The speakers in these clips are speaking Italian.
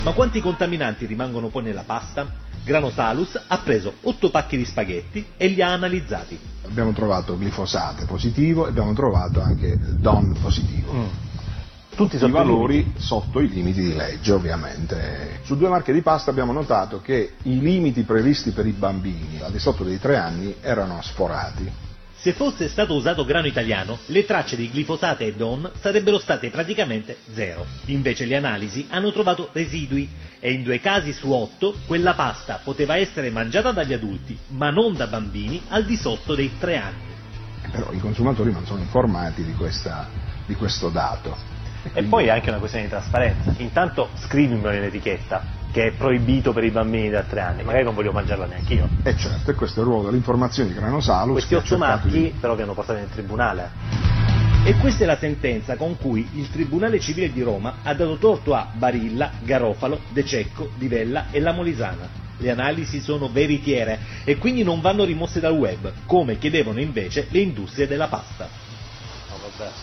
Ma quanti contaminanti rimangono poi nella pasta? Granosalus ha preso 8 pacchi di spaghetti e li ha analizzati. Abbiamo trovato glifosate positivo e abbiamo trovato anche DON positivo. Tutti i valori sotto i limiti di legge, ovviamente. Su 2 marche di pasta abbiamo notato che i limiti previsti per i bambini al di sotto dei 3 anni erano sforati. Se fosse stato usato grano italiano, le tracce di glifosate e DON sarebbero state praticamente 0. Invece le analisi hanno trovato residui e in 2 casi su 8 quella pasta poteva essere mangiata dagli adulti, ma non da bambini al di sotto dei 3 anni. Però i consumatori non sono informati di questo dato. E poi è anche una questione di trasparenza. Intanto scrivimi nell'etichetta che è proibito per i bambini da 3 anni, magari non voglio mangiarla neanche io. E certo, e questo è il ruolo dell'informazione di Granosalus. Questi 8 marchi però vi hanno portato in tribunale. E questa è la sentenza con cui il Tribunale Civile di Roma ha dato torto a Barilla, Garofalo, De Cecco, Di Vella e La Molisana. Le analisi sono veritiere e quindi non vanno rimosse dal web, come chiedevano invece le industrie della pasta. No, vabbè.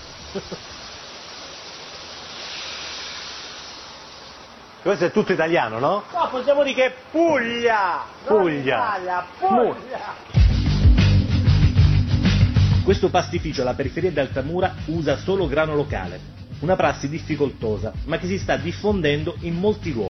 Questo è tutto italiano, no? No, possiamo dire che è Puglia! Puglia! Italia, Puglia! Questo pastificio alla periferia di Altamura usa solo grano locale, una prassi difficoltosa, ma che si sta diffondendo in molti luoghi.